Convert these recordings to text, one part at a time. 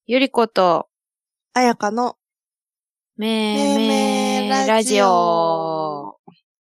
ゆりことあやかのめーめーラジオ。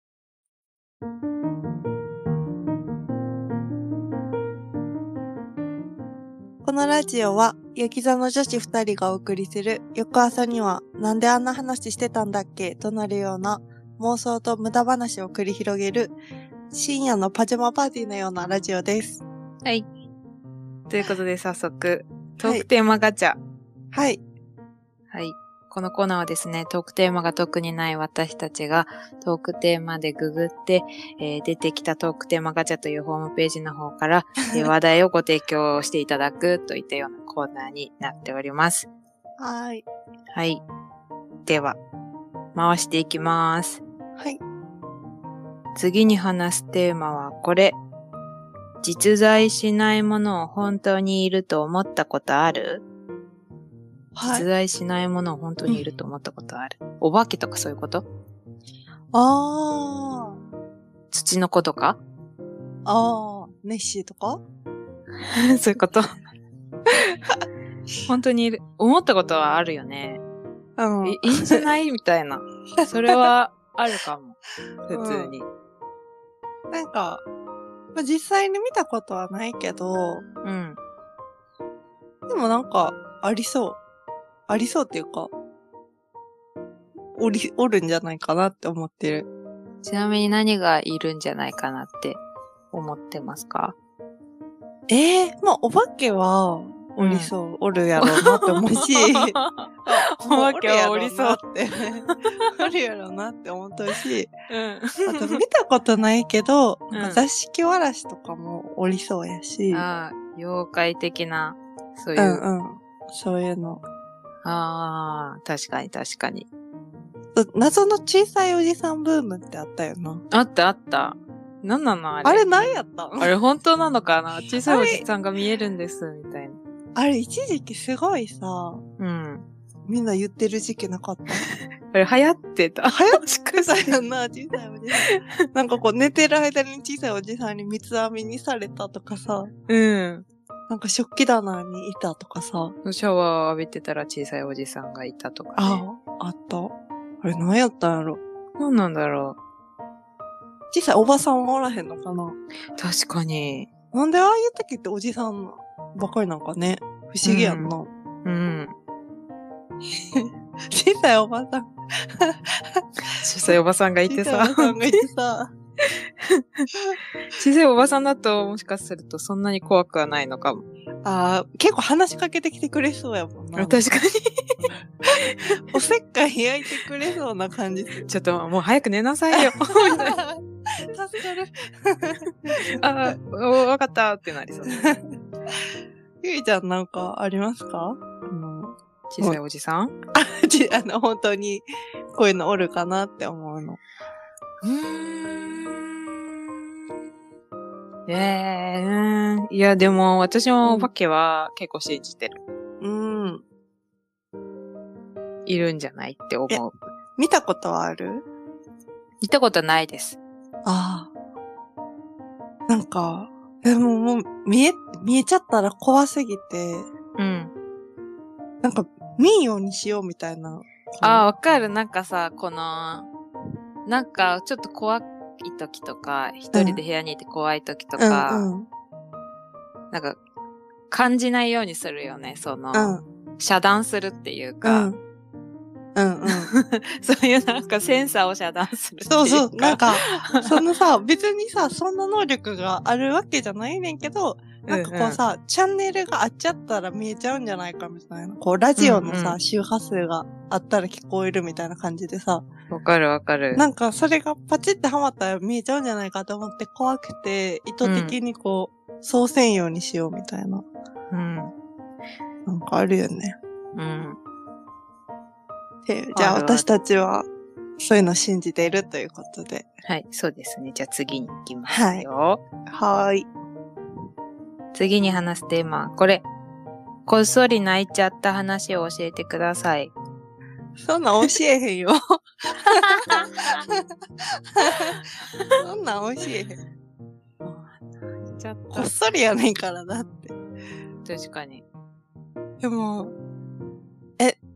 このラジオはヤギ座の女子2人がお送りする翌朝にはなんであんな話してたんだっけとなるような妄想と無駄話を繰り広げる深夜のパジャマパーティーのようなラジオです。 はい。ということで早速、トークテーマガチャ。 はい。 はい。このコーナーはですね、トークテーマが特にない私たちがトークテーマでググって、出てきたトークテーマガチャというホームページの方から、話題をご提供していただくといったようなコーナーになっております。 はい。 はい。では、回していきます。 はい。 次に話すテーマはこれ。実在しないものを本当にいると思ったことある？ はい。 実在しないものを本当にいると思ったことある？お化けとかそういうこと？ あ土の子とか？ ネッシーとかそういうこと本当にいる。思ったことはあるよね。いいんじゃないみたいな。それはあるかも。普通に。 なんか、実際に見たことはないけど、 うん。 でもなんか、ありそう。ありそうっていうか、おるんじゃないかなって思ってる。 ちなみに何がいるんじゃないかなって思ってますか？ まあ、お化けは、おりそう、おるやろうなって思うし、 お化けはおりそう。 おるやろうなって思っとるし、 うん。 あと見たことないけど、 うん座敷わらしとかもおりそうやし、 ああ、妖怪的な、そういう。 そういうの。 ああ、確かに確かに。 謎の小さいおじさんブームってあったよな。 あったあった。なんなのあれ。 あれ何やったあれ本当なのかな？小さいおじさんが見えるんです、みたいな。 あれ一時期すごいさ、 うん。 みんな言ってる時期なかった？ あれ流行ってた。 流行ってたよな、小さいおじさん。なんかこう寝てる間に小さいおじさんに三つ編みにされたとかさ。 うん。 なんか食器棚にいたとかさ。 シャワーを浴びてたら小さいおじさんがいたとかね。 あった。あれ何やったんやろ。 何なんだろ小さいおばさんはおらへんのかな？ 確かに。 なんでああいう時っておじさんばかりなんかね。不思議やんな。 うん。 小さいおばさん。 小さいおばさんがいてさ。 小さいおばさんがいてさ。 小さいおばさんだともしかするとそんなに怖くはないのかも。 結構話しかけてきてくれそうやもんな。 確かに。 おせっかい焼いてくれそうな感じする。 ちょっともう早く寝なさいよ。 助かる。 わかったってなりそう。 ゆいちゃんなんかありますか？ 小さいおじさん？ 本当にこういうのおるかなって思うの。 いやでも私もお化けは結構信じてる。いるんじゃないって思う。 見たことはある？ 見たことないです。 なんか、でももう見えちゃったら怖すぎて、なんか見んようにしようみたいな。 わかる。なんかさ、なんかちょっと怖い時とか、一人で部屋にいて怖い時とか、なんか感じないようにするよね。遮断するっていうか。そういうなんかセンサーを遮断するっていうか。 そう。なんか、別にさ、そんな能力があるわけじゃないねんけど、なんかこうさ、チャンネルが合っちゃったら見えちゃうんじゃないかみたいな。こう、ラジオのさ、周波数があったら聞こえるみたいな感じでさ。 わかるわかる。 なんか、それがパチってはまったら見えちゃうんじゃないかと思って怖くて、意図的にこう、そうせんようにしようみたいな。なんかあるよね。じゃあ私たちは、そういうの信じているということで。 はい、そうですね。じゃあ次に行きますよ。 はい。 次に話すテーマはこれ。こっそり泣いちゃった話を教えてください。 そんなん教えへんよ。そんなん教えへん。こっそりやねんからだって。 確かに。 でも、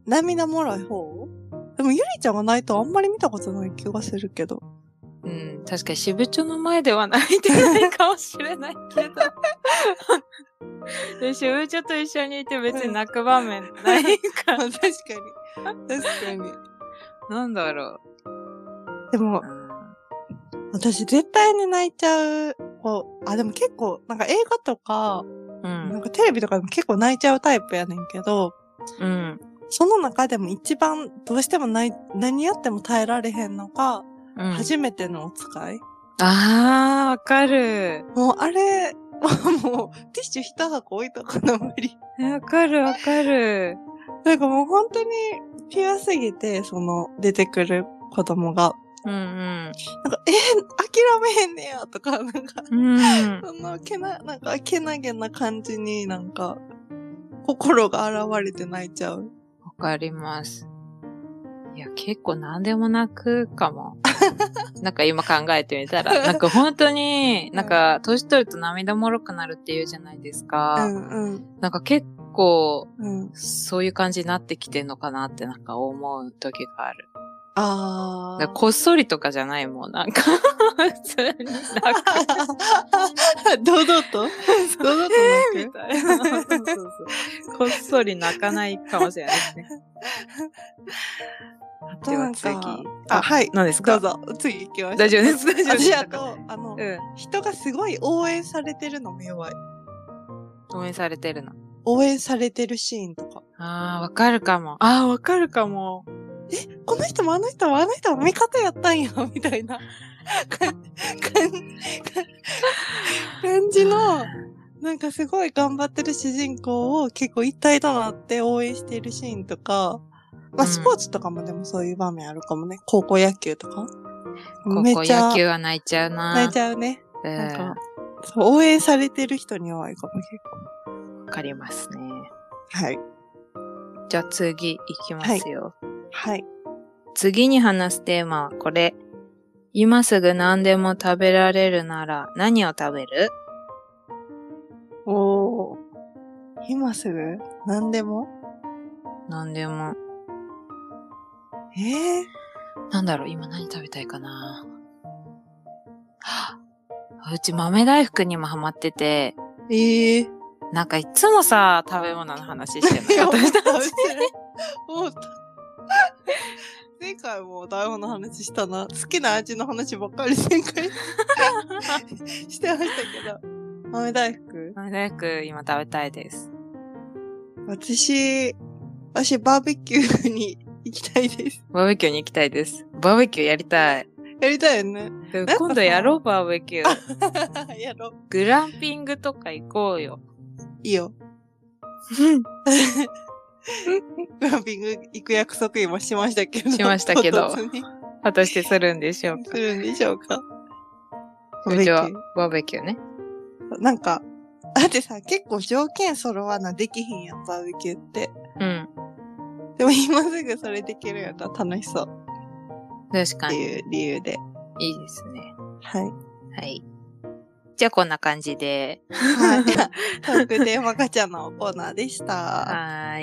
涙もろい方？でもゆりちゃんが泣いたらあんまり見たことない気がするけど。 うん、確かに支部長の前では泣いてないかもしれないけど。で、支部長と一緒にいて別に泣く場面ないかまあら。 確かに。確かに。 なんだろでもう。、 私絶対に泣いちゃう。でも結構、なんか映画とか、なんかテレビとかでも結構泣いちゃうタイプやねんけど、 うん。 その中でも一番どうしても何やっても耐えられへんのが、 うん。 初めてのお使い。 あー、わかる。 もうあれ、もうティッシュ一箱置いとくの無理。 わかるわかる。 なんかもう本当にピュアすぎて、出てくる子供が。 うんなんか、諦めへんねや、とか、なんか、 うん。うん。 なんか、けなげな感じになんか、心が現れて泣いちゃう。 わかります。いや、結構何でも泣くかも。なんか今考えてみたら、なんか本当に、なんか年取ると涙もろくなるって言うじゃないですか。なんか結構、そういう感じになってきてんのかなってなんか思う時がある。だからこっそりとかじゃないもん、なんか、普通に泣く。 堂々と泣くみたいな。そうそうそう。こっそり泣かないかもしれないですね。では次。 はい。 何ですか？ どうぞ。次行きましょう。 大丈夫です。大丈夫です。 私人がすごい応援されてるのも弱い。 応援されてるの。 応援されてるシーンとか。 わかるかも。わかるかも。 この人もあの人もあの人も味方やったんや、みたいな感じの、なんかすごい頑張ってる主人公を結構一体となって応援しているシーンとか、まあスポーツとかもでもそういう場面あるかもね。高校野球とか。 高校野球は泣いちゃうな。 泣いちゃうね。なんか、そう応援されてる人に弱いかも結構。 わかりますね。 はい。 じゃあ次行きますよ。 はい。 次に話すテーマはこれ。今すぐ何でも食べられるなら何を食べる？ 今すぐ何でも？ 何でも。なんだろう、今何食べたいかな。うち豆大福にもハマってて。なんかいつもさ、食べ物の話してるの。私たち。 前回も台本の話したな。好きな味の話ばっかり前回してましたけど。豆大福今食べたいです。 私バーベキューに行きたいです。 バーベキューに行きたいです。バーベキューやりたい。 やりたいよね。 今度やろう、バーベキュー。 やろう。 グランピングとか行こうよ。 いいよ。グランピング行く約束今しましたけど。果たしてするんでしょうか。するんでしょうか。 バーベキューね。 なんか、だってさ、結構条件揃わなできへんやん、バーベキューって。でも今すぐそれできるやったら楽しそう。 確かに。 っていう理由で。 いいですね。 はい。 はい。じゃあこんな感じで。 はい。トークテーマガチャのコーナーでした。 はい。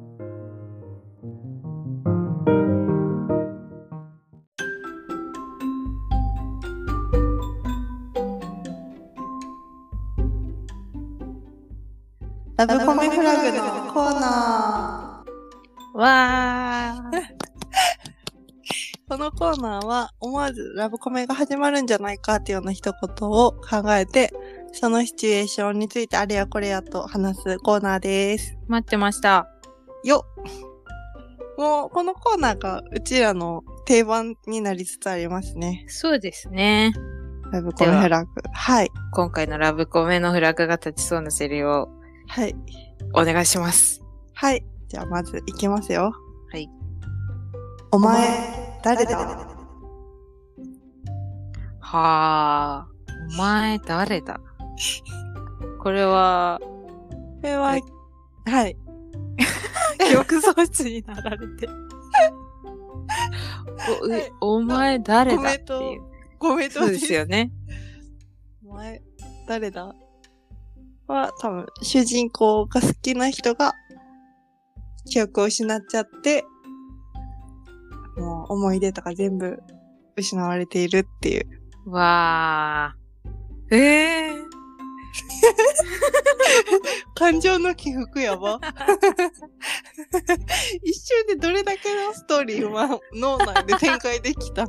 ラブコメフラグのコーナー。わー。 このコーナーは思わずラブコメが始まるんじゃないかっていうような一言を考えて、そのシチュエーションについてあれやこれやと話すコーナーです。 待ってました。 よっ。もうこのコーナーがうちらの定番になりつつありますね。 そうですね。 ラブコメフラグ。はい。 今回のラブコメのフラグが立ちそうなセリを。 はい。 お願いします。 はい。じゃあまずいきますよ。 はい。 お前、誰だ？ はー。お前、誰だ？これは、 はい。 記憶喪失になられて。お前、誰だっていう。 ごめんと。 そうですよね。 お前、誰だ？は、多分、主人公が好きな人が記憶を失っちゃって、もう思い出とか全部失われているっていう。 わー。 感情の起伏やば。一瞬でどれだけのストーリーは脳内で展開できた。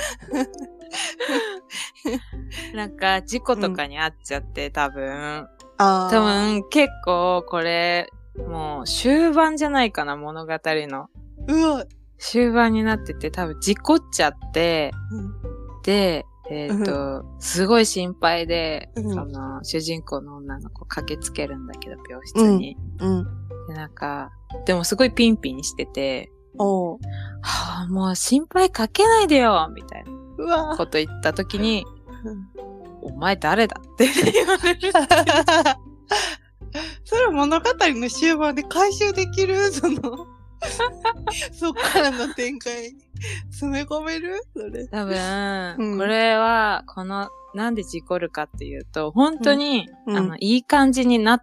なんか、事故とかに遭っちゃって、多分結構これ、もう終盤じゃないかな、物語の。 うわ。 終盤になってて、多分事故っちゃって、で、すごい心配で、その、主人公の女の子駆けつけるんだけど、病室に。で、なんか、でもすごいピンピンしてて、はあ、もう心配かけないでよみたいなこと言った時に、お前誰だって言われる。 それは物語の終盤で回収できるそっからの展開、詰め込めるそれ。 多分、これは、なんで事故るかっていうと、本当に、いい感じになって、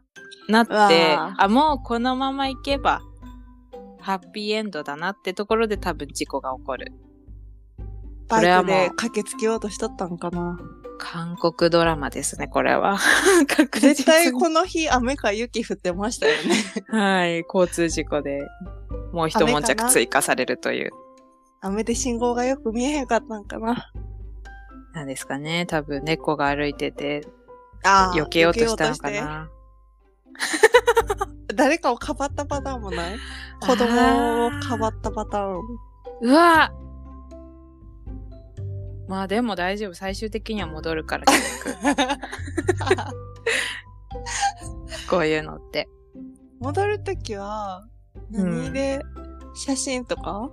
もうこのまま行けば、ハッピーエンドだなってところで多分事故が起こる。 バイクで駆けつけようとしとったんかな。 韓国ドラマですね、これは。 絶対この日雨か雪降ってましたよね。 はい、交通事故で、もう一悶着追加されるという。 雨で信号がよく見えへんかったんかな。 なんですかね、多分猫が歩いてて、避けようとしたのかな。 誰かをかばったパターンもない？子供をかばったパターン。 うわまあでも大丈夫。最終的には戻るから記憶。こういうのって。 戻るときは、何で、写真とか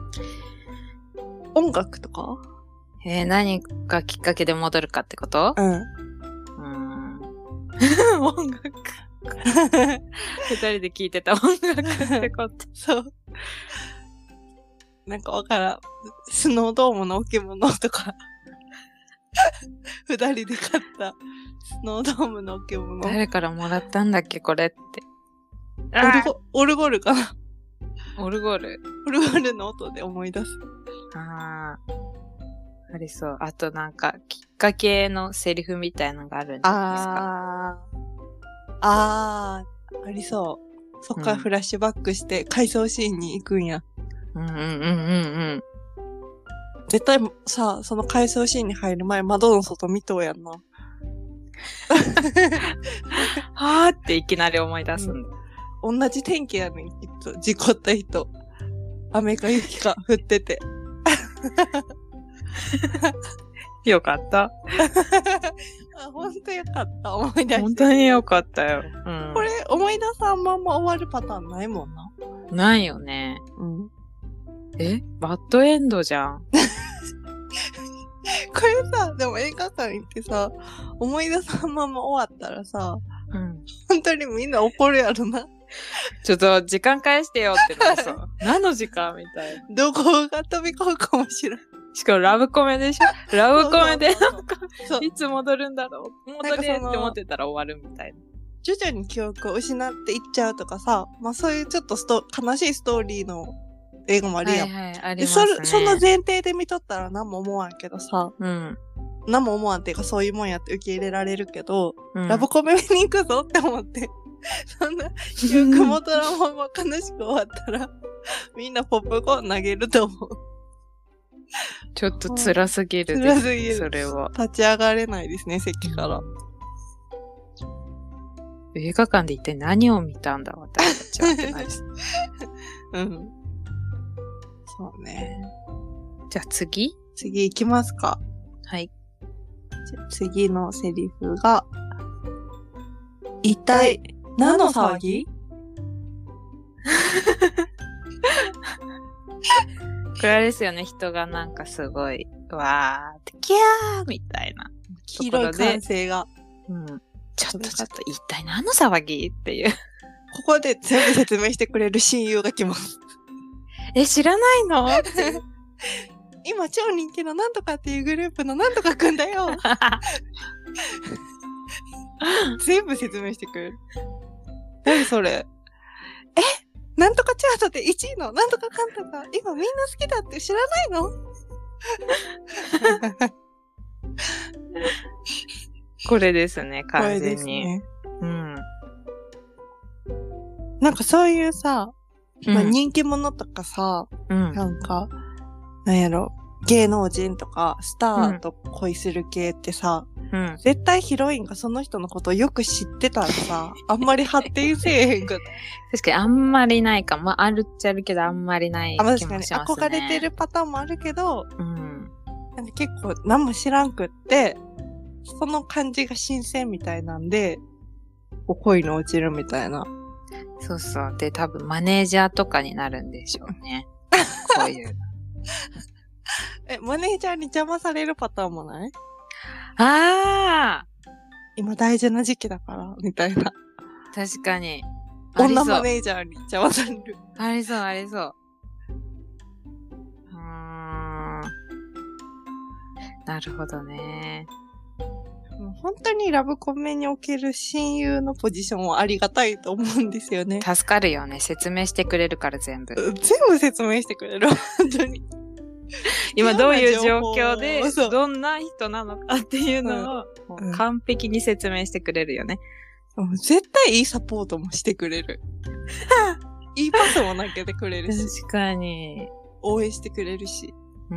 音楽とか何がきっかけで戻るかってこと？音楽。二人で聴いてた音楽ってこと。 そう。なんかわからん。スノードームの置物とか。二人で買ったスノードームの置物。 誰からもらったんだっけこれって。 オルゴールかな。 オルゴール。 オルゴールの音で思い出す。 ありそう。あとなんか、きっかけのセリフみたいなのがあるんじゃないですか。 ありそう。そっからフラッシュバックして回想シーンに行くんや。絶対さ、その回想シーンに入る前、窓の外見とうやんな。 はーっていきなり思い出すんだ。 同じ天気やねん、きっと。事故った人。雨か雪か降ってて。 よかった。 ほんとよかった。思い出して。 本当によかったよ。 これ、思い出さんまま終わるパターンないもんな。 ないよね。バッドエンドじゃん。 これさ、でも映画館行ってさ、思い出さんまま終わったらさ、本当にみんな怒るやろな。 ちょっと時間返してよってなるさ。何の時間みたいな。 どこが飛び込むかもしれん。 しかもラブコメでしょ？ラブコメでなんか、いつ戻るんだろう戻れって思ってたら終わるみたいな。 徐々に記憶を失っていっちゃうとかさ、まあそういうちょっと悲しいストーリーの映画もあるやん。 ありますね。 その前提で見とったら何も思わんけどさ、何も思わんっていうかそういうもんやって受け入れられるけど、ラブコメ見に行くぞって思って、そんな記憶戻らんまま悲しく終わったら、みんなポップコーン投げると思う。 ちょっと辛すぎる。 辛すぎる。 それは。 立ち上がれないですね、席から。 映画館で一体何を見たんだ、私たちはってなりそう。 そうね。 じゃあ次行きますか。 はい。 じゃあ次のセリフが、一体何の騒ぎ？ これあれですよね、人がなんかすごい、わーって、キャーみたいな。 黄色い歓声が。 ちょっと、一体何の騒ぎっていう。 ここで全部説明してくれる親友が来ます。 知らないの今超人気のなんとかっていうグループのなんとかくんだよ。全部説明してくれる。何それ？なんとかち後で1位のなんとかかんとか、今みんな好きだって知らないの？ これですね、 これ完全に。 ですね。 うん。 なんかそういうさ、まあ、 うん人気者とかさ、 うん。 なんか、なんやろ、芸能人とかスターと恋する系ってさ、 うん。 絶対ヒロインがその人のことをよく知ってたらさ、あんまり発展せえへんかった。 確かにあんまりないかも。まあ、あるっちゃあるけど、あんまりない気もし確かにますね。 憧れてるパターンもあるけど、 うん。 なんか結構何も知らんくって、その感じが新鮮みたいなんで、こう恋に落ちるみたいな。 そうそう。で、多分マネージャーとかになるんでしょうね。こういう。 マネージャーに邪魔されるパターンもない？ ああ今大事な時期だから、みたいな。 確かに。あり女そうマネージャーに邪魔される。 ありそう、ありそう。なるほどね。 もう本当にラブコメにおける親友のポジションはありがたいと思うんですよね。 助かるよね。説明してくれるから全部。 全部説明してくれる。本当に。 今どういう状況でそう、 どんな人なのかっていうのをもう完璧に説明してくれるよね。 絶対いいサポートもしてくれる。いいパスも投げてくれるし。 確かに。 応援してくれるし。 うん。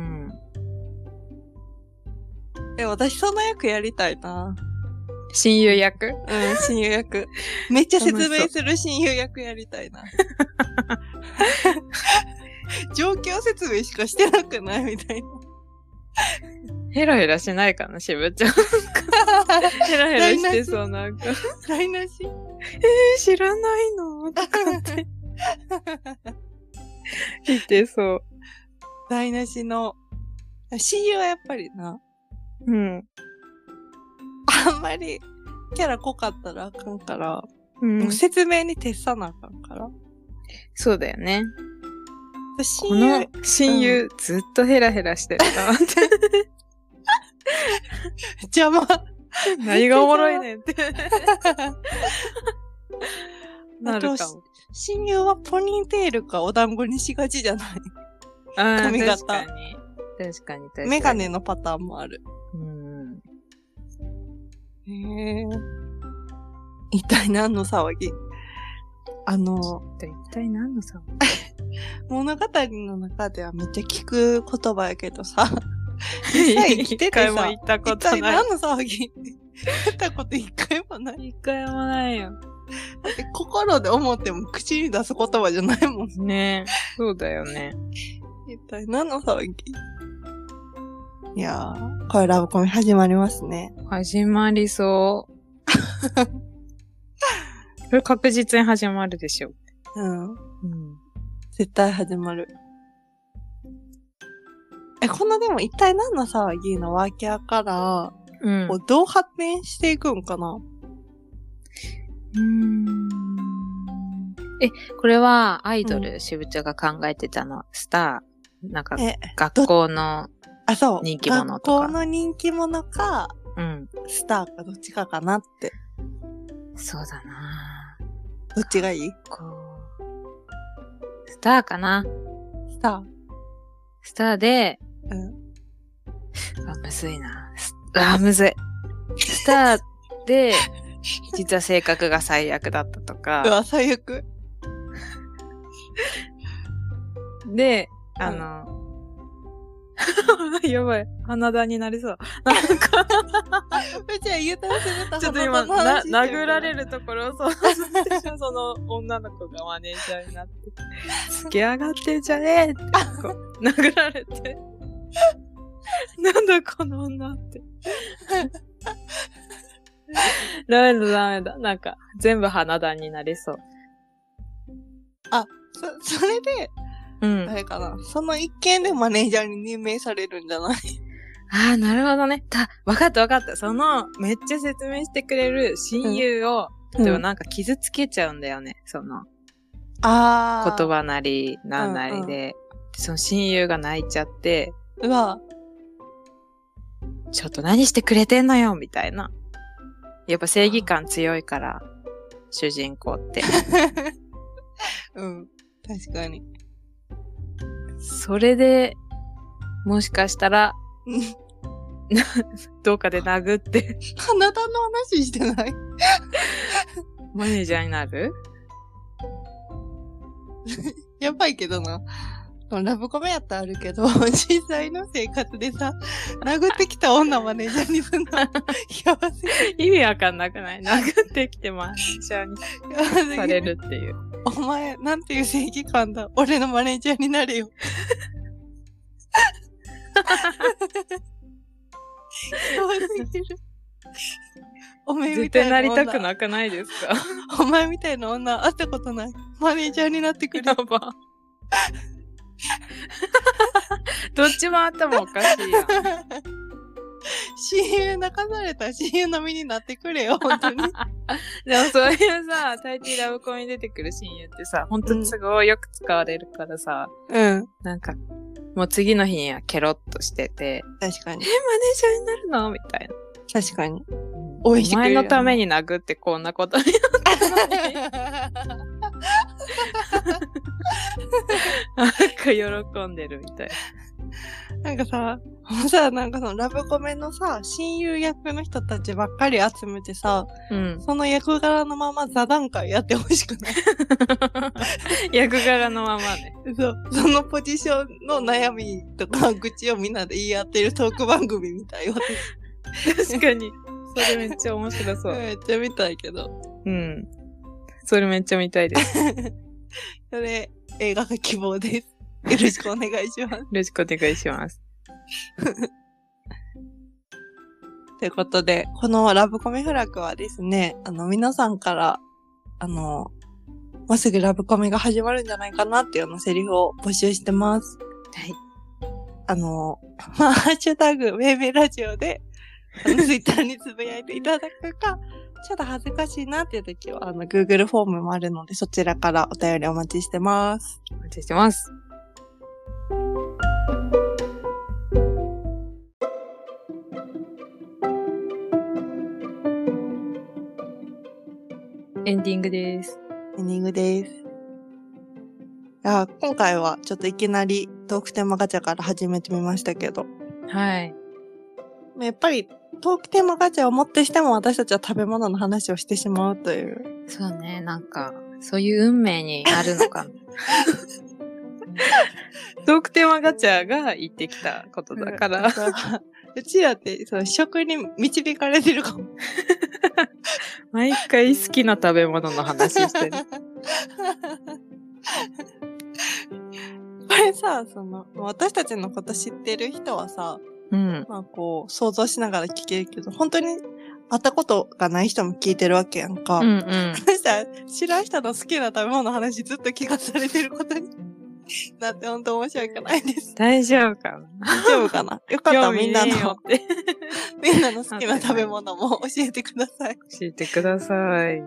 私その役やりたいな。 親友役？ うん、親友役。めっちゃ説明する親友役やりたいな。状況説明しかしてなくないみたいな。 ヘラヘラしないかな、しぶちゃん。ヘラヘラしてそう、なんか。 台無し？ 知らないのとかって。言ってそう。 台無しの。親友はやっぱりな。 うん。 あんまりキャラ濃かったらあかんから、 うんもう説明に徹さなあかんから。 そうだよね。 親この親友、ずっとヘラヘラしてるなって。 邪魔。 何がおもろいねんって。なるかも。 親友はポニーテールかお団子にしがちじゃない？髪型。 確かに。確かに。 メガネのパターンもある。へぇ一体何の騒ぎ？ 一体何の騒ぎ？ 物語の中ではめっちゃ聞く言葉やけどさ、実際生きててさ、 一回も言ったことない。 一体何の騒ぎって言ったこと一回もない。 一回もないよ。 だって心で思っても口に出す言葉じゃないもんね。そうだよね。 一体何の騒ぎ？いやー、これラブコメ始まりますね。 始まりそう。これ確実に始まるでしょ。 うん。 うん。 絶対始まる。このでも一体何の騒ぎのワーキャーから、 うん。 こうどう発展していくんかな？ これはアイドル、しぶちゃが考えてたの。スター、なんか、学校のそう。 人気者とか。 学校の人気者か、 うん。 スターかどっちかかなって。 そうだなどっちがいい？ スターかな。 スターで、 ー。うん。 むずいな。むずい。スターで、実は性格が最悪だったとか。 うわ、最悪。 で、やばい。鼻だになりそう。なんかじゃあ言うたらせめたちょっと今、殴られるところをその女の子がマネージャーになって、つけ上がってんじゃねえって、こう、殴られて。なんだこの女って。ダメだ。なんか、全部鼻だになりそう。 それで、 うん。 あれかな。その一件でマネージャーに任命されるんじゃない？ なるほどね。わかった。その、めっちゃ説明してくれる親友を、例えばなんか傷つけちゃうんだよね。その、言葉なり、なんなりで、その親友が泣いちゃって、 うわ。 ちょっと何してくれてんのよみたいな。やっぱ正義感強いから、主人公って。 うん。 確かに。 それで、もしかしたら、どうかで殴って、 花田の話してない？ マネージャーになる？ やばいけどな。ラブコメやったらあるけど、実際の生活でさ、殴ってきた女マネージャーにすんの、やばすぎる。 意味わかんなくない？殴ってきてマネージャーにやばすぎるされるっていう。 お前、なんていう正義感だ。俺のマネージャーになれよ。やばすぎる。お前み絶対なたいな女。 りたくなくないですか？ お前みたいな女会ったことない。マネージャーになってくれや。ば。どっちも頭おかしいやん。 親友泣かされたら親友の身になってくれよ、本当に。 でもそういうさ、タイティーラブコメに出てくる親友ってさ、本当にすごいよく使われるからさ、 うん。 なんか、もう次の日にはケロッとしてて、 確かに。 マネージャーになるのみたいな。 確かに。応援しておくれるよね前のために殴ってこんなことになったのに。なんか喜んでるみたいなんかさ、もうさ、なんかそのラブコメのさ、親友役の人たちばっかり集めてさ、 な。うん。 その役柄のまま座談会やってほしくない役柄のままね。 そう。そのポジションの悩みとか愚痴をみんなで言い合ってるトーク番組みたいよ。 確かに。それめっちゃ面白そう。 めっちゃ見たいけど。 うん。それめっちゃ見たいです。 それ、映画が希望です。よろしくお願いします。 よろしくお願いします。 ということで、このラブコメフラグはですね、皆さんから、もうすぐラブコメが始まるんじゃないかなっていうようなセリフを募集してます。 はい。 ハッシュタグ、めいめいラジオで、ツイッターにつぶやいていただくか、ちょっと恥ずかしいなっていう時は、Google フォームもあるので、そちらからお便りお待ちしてます。 お待ちしてます。エンディングです。 エンディングです。今回はちょっといきなりトークテーマガチャから始めてみましたけど。 はい。 やっぱりトークテーマガチャをもってしても私たちは食べ物の話をしてしまうという。 そうね、なんか、そういう運命になるのかな。トークテーマガチャが言ってきたことだから。 うちらってその食に導かれてるかも。 毎回好きな食べ物の話してる。 これさ、私たちのこと知ってる人はさ、 うん。 まあこう、想像しながら聞けるけど、本当に会ったことがない人も聞いてるわけやんか。 うんうん。 そしたら、知らん人の好きな食べ物の話ずっと聞かされてることになって本当申し訳ないです。 大丈夫かな？ 大丈夫かな？よかったらみんなの、 ってみんなの好きな食べ物も教えてください。 教えてください。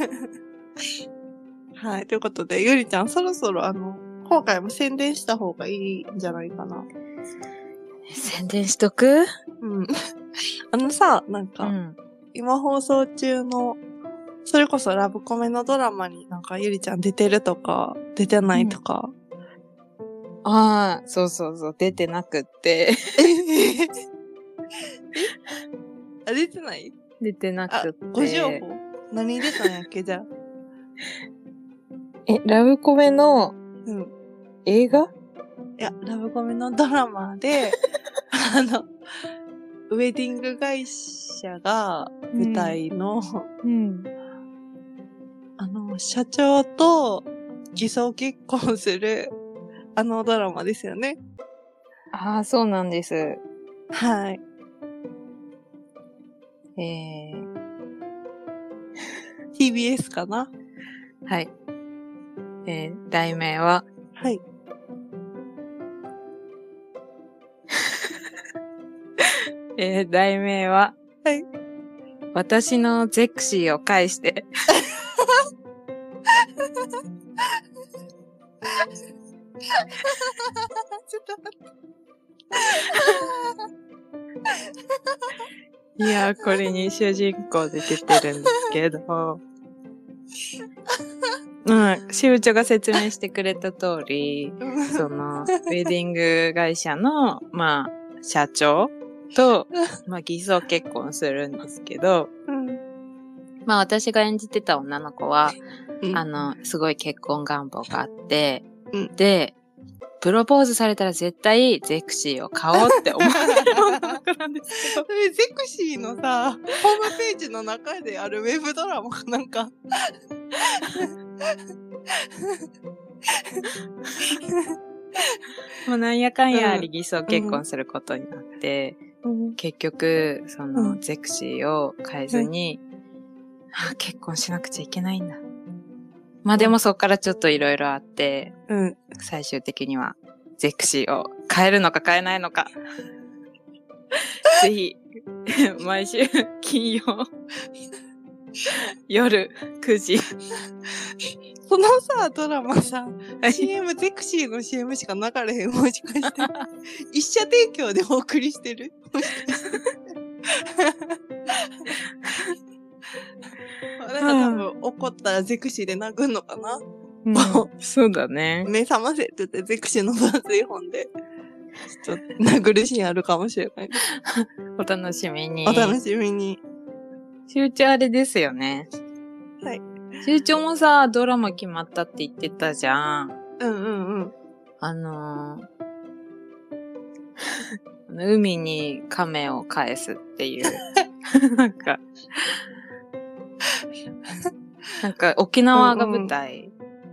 はい。ということで、ゆりちゃん、そろそろ今回も宣伝した方がいいんじゃないかな。 宣伝しとく？ うん。さ、なんか、 うん。 今放送中の、それこそラブコメのドラマになんかゆりちゃん出てるとか、出てないとか。 ああ、そうそうそう、出てなくって。 あ、出てない？ 出てなくって。 ご情報？何出たんやっけ、じゃあ。 ラブコメのうん。 映画？ いや、ラブコメのドラマで、ウェディング会社が舞台の、社長と偽装結婚する、ドラマですよね。 ああ、そうなんです。 はい。TBS かな？ はい。題名は、 はい。 題名は、 はい。 私のゼクシーを返して。 ちょっと待って。 いや、これに主人公で出てるんですけど、 しゅうちょが説明してくれた通り、その、ウェディング会社の、まあ、社長と、まあ、偽装結婚するんですけど、まあ、私が演じてた女の子は、すごい結婚願望があって、で、プロポーズされたら絶対ゼクシーを買おうって思ってる女の子なんですけど。 ゼクシーのさ、ホームページの中であるウェブドラマがなんか、 もうなんやかんやあり偽装結婚することになって、結局、その、ゼクシーを変えずに、結婚しなくちゃいけないんだ。まあでもそっからちょっといろいろあって、最終的にはゼクシーを変えるのか変えないのか。ぜひ、毎週金曜夜9時。 そのさ、ドラマさ、CM、ゼクシーの CM しか流れへん。もしかして。一社提供でお送りしてるもしかして。なんか多分怒ったらゼクシーで殴んのかな、 そうだね。 目覚ませって言ってゼクシーの分厚い本で、ちょっと殴るシーンあるかもしれない。 お楽しみに。 お楽しみに。 しゅうちょあれですよね。 はい。 しゅうちょもさ、ドラマ決まったって言ってたじゃん。海に亀を返すっていう。なんか沖縄が舞台。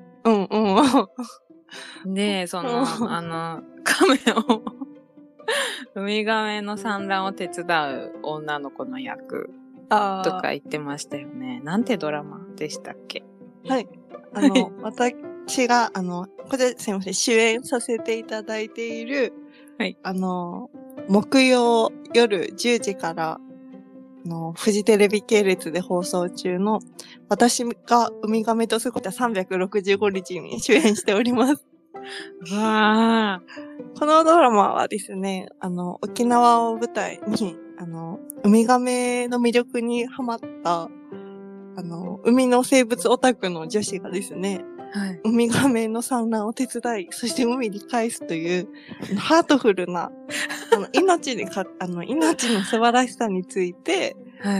で、その、亀を、ウミガメの産卵を手伝う女の子の役とか言ってましたよね。なんてドラマでしたっけ？ はい。私が、これすいません、主演させていただいている、 はい。 木曜夜10時から、フジテレビ系列で放送中の、私がウミガメと過ごした365日に主演しております。 わー。このドラマはですね、沖縄を舞台に、ウミガメの魅力にハマった、海の生物オタクの女子がですね、ウミガメの産卵を手伝い、そして海に返すという、ハートフルな、命の素晴らしさについて、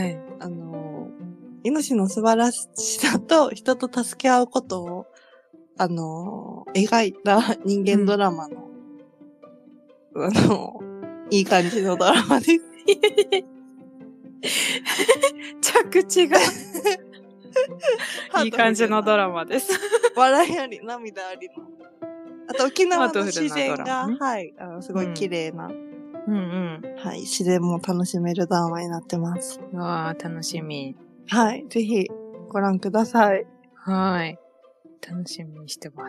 命の素晴らしさと人と助け合うことを、描いた人間ドラマの、いい感じのドラマです。 着地がいい感じのドラマです。 笑いあり、涙ありの。あと沖縄の自然が、はい、すごい綺麗な、はい、自然も楽しめるドラマになってます。 わあ、楽しみ。 はい、ぜひご覧ください。 はい。楽しみにしてます。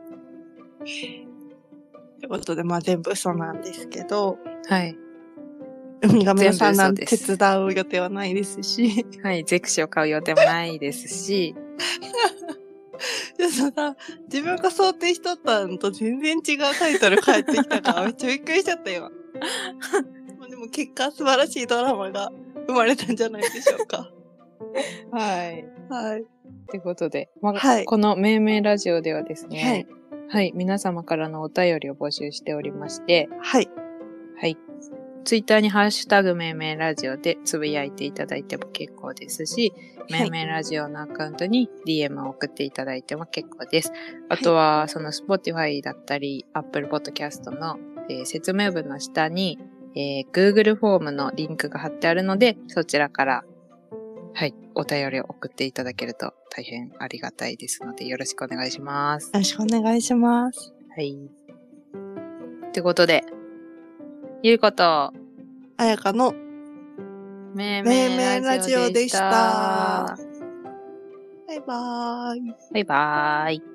ということで、まあ全部嘘なんですけど、 はい。 ウミガメの産卵手伝う予定はないですし。 はい、ゼクシーを買う予定もないですし。 でさ、自分が想定しとったのと全然違うタイトル返ってきたからめっちゃびっくりしちゃったよ。でも結果素晴らしいドラマが生まれたんじゃないでしょうか。 はい。 はい。 ということで、この命名ラジオではですね、はい、皆様からのお便りを募集しておりまして、はい。ツイッターにハッシュタグ命名ラジオでつぶやいていただいても結構ですし、命名ラジオのアカウントに DM を送っていただいても結構です。あとは、その Spotify だったり、Apple Podcast の、説明文の下に、Google フォームのリンクが貼ってあるので、そちらから、はい、お便りを送っていただけると大変ありがたいですので、よろしくお願いします。 よろしくお願いします。 はい。ということで、ゆうこと、 あやかの命名ラジオでした。 バイバーイ。 バイバーイ。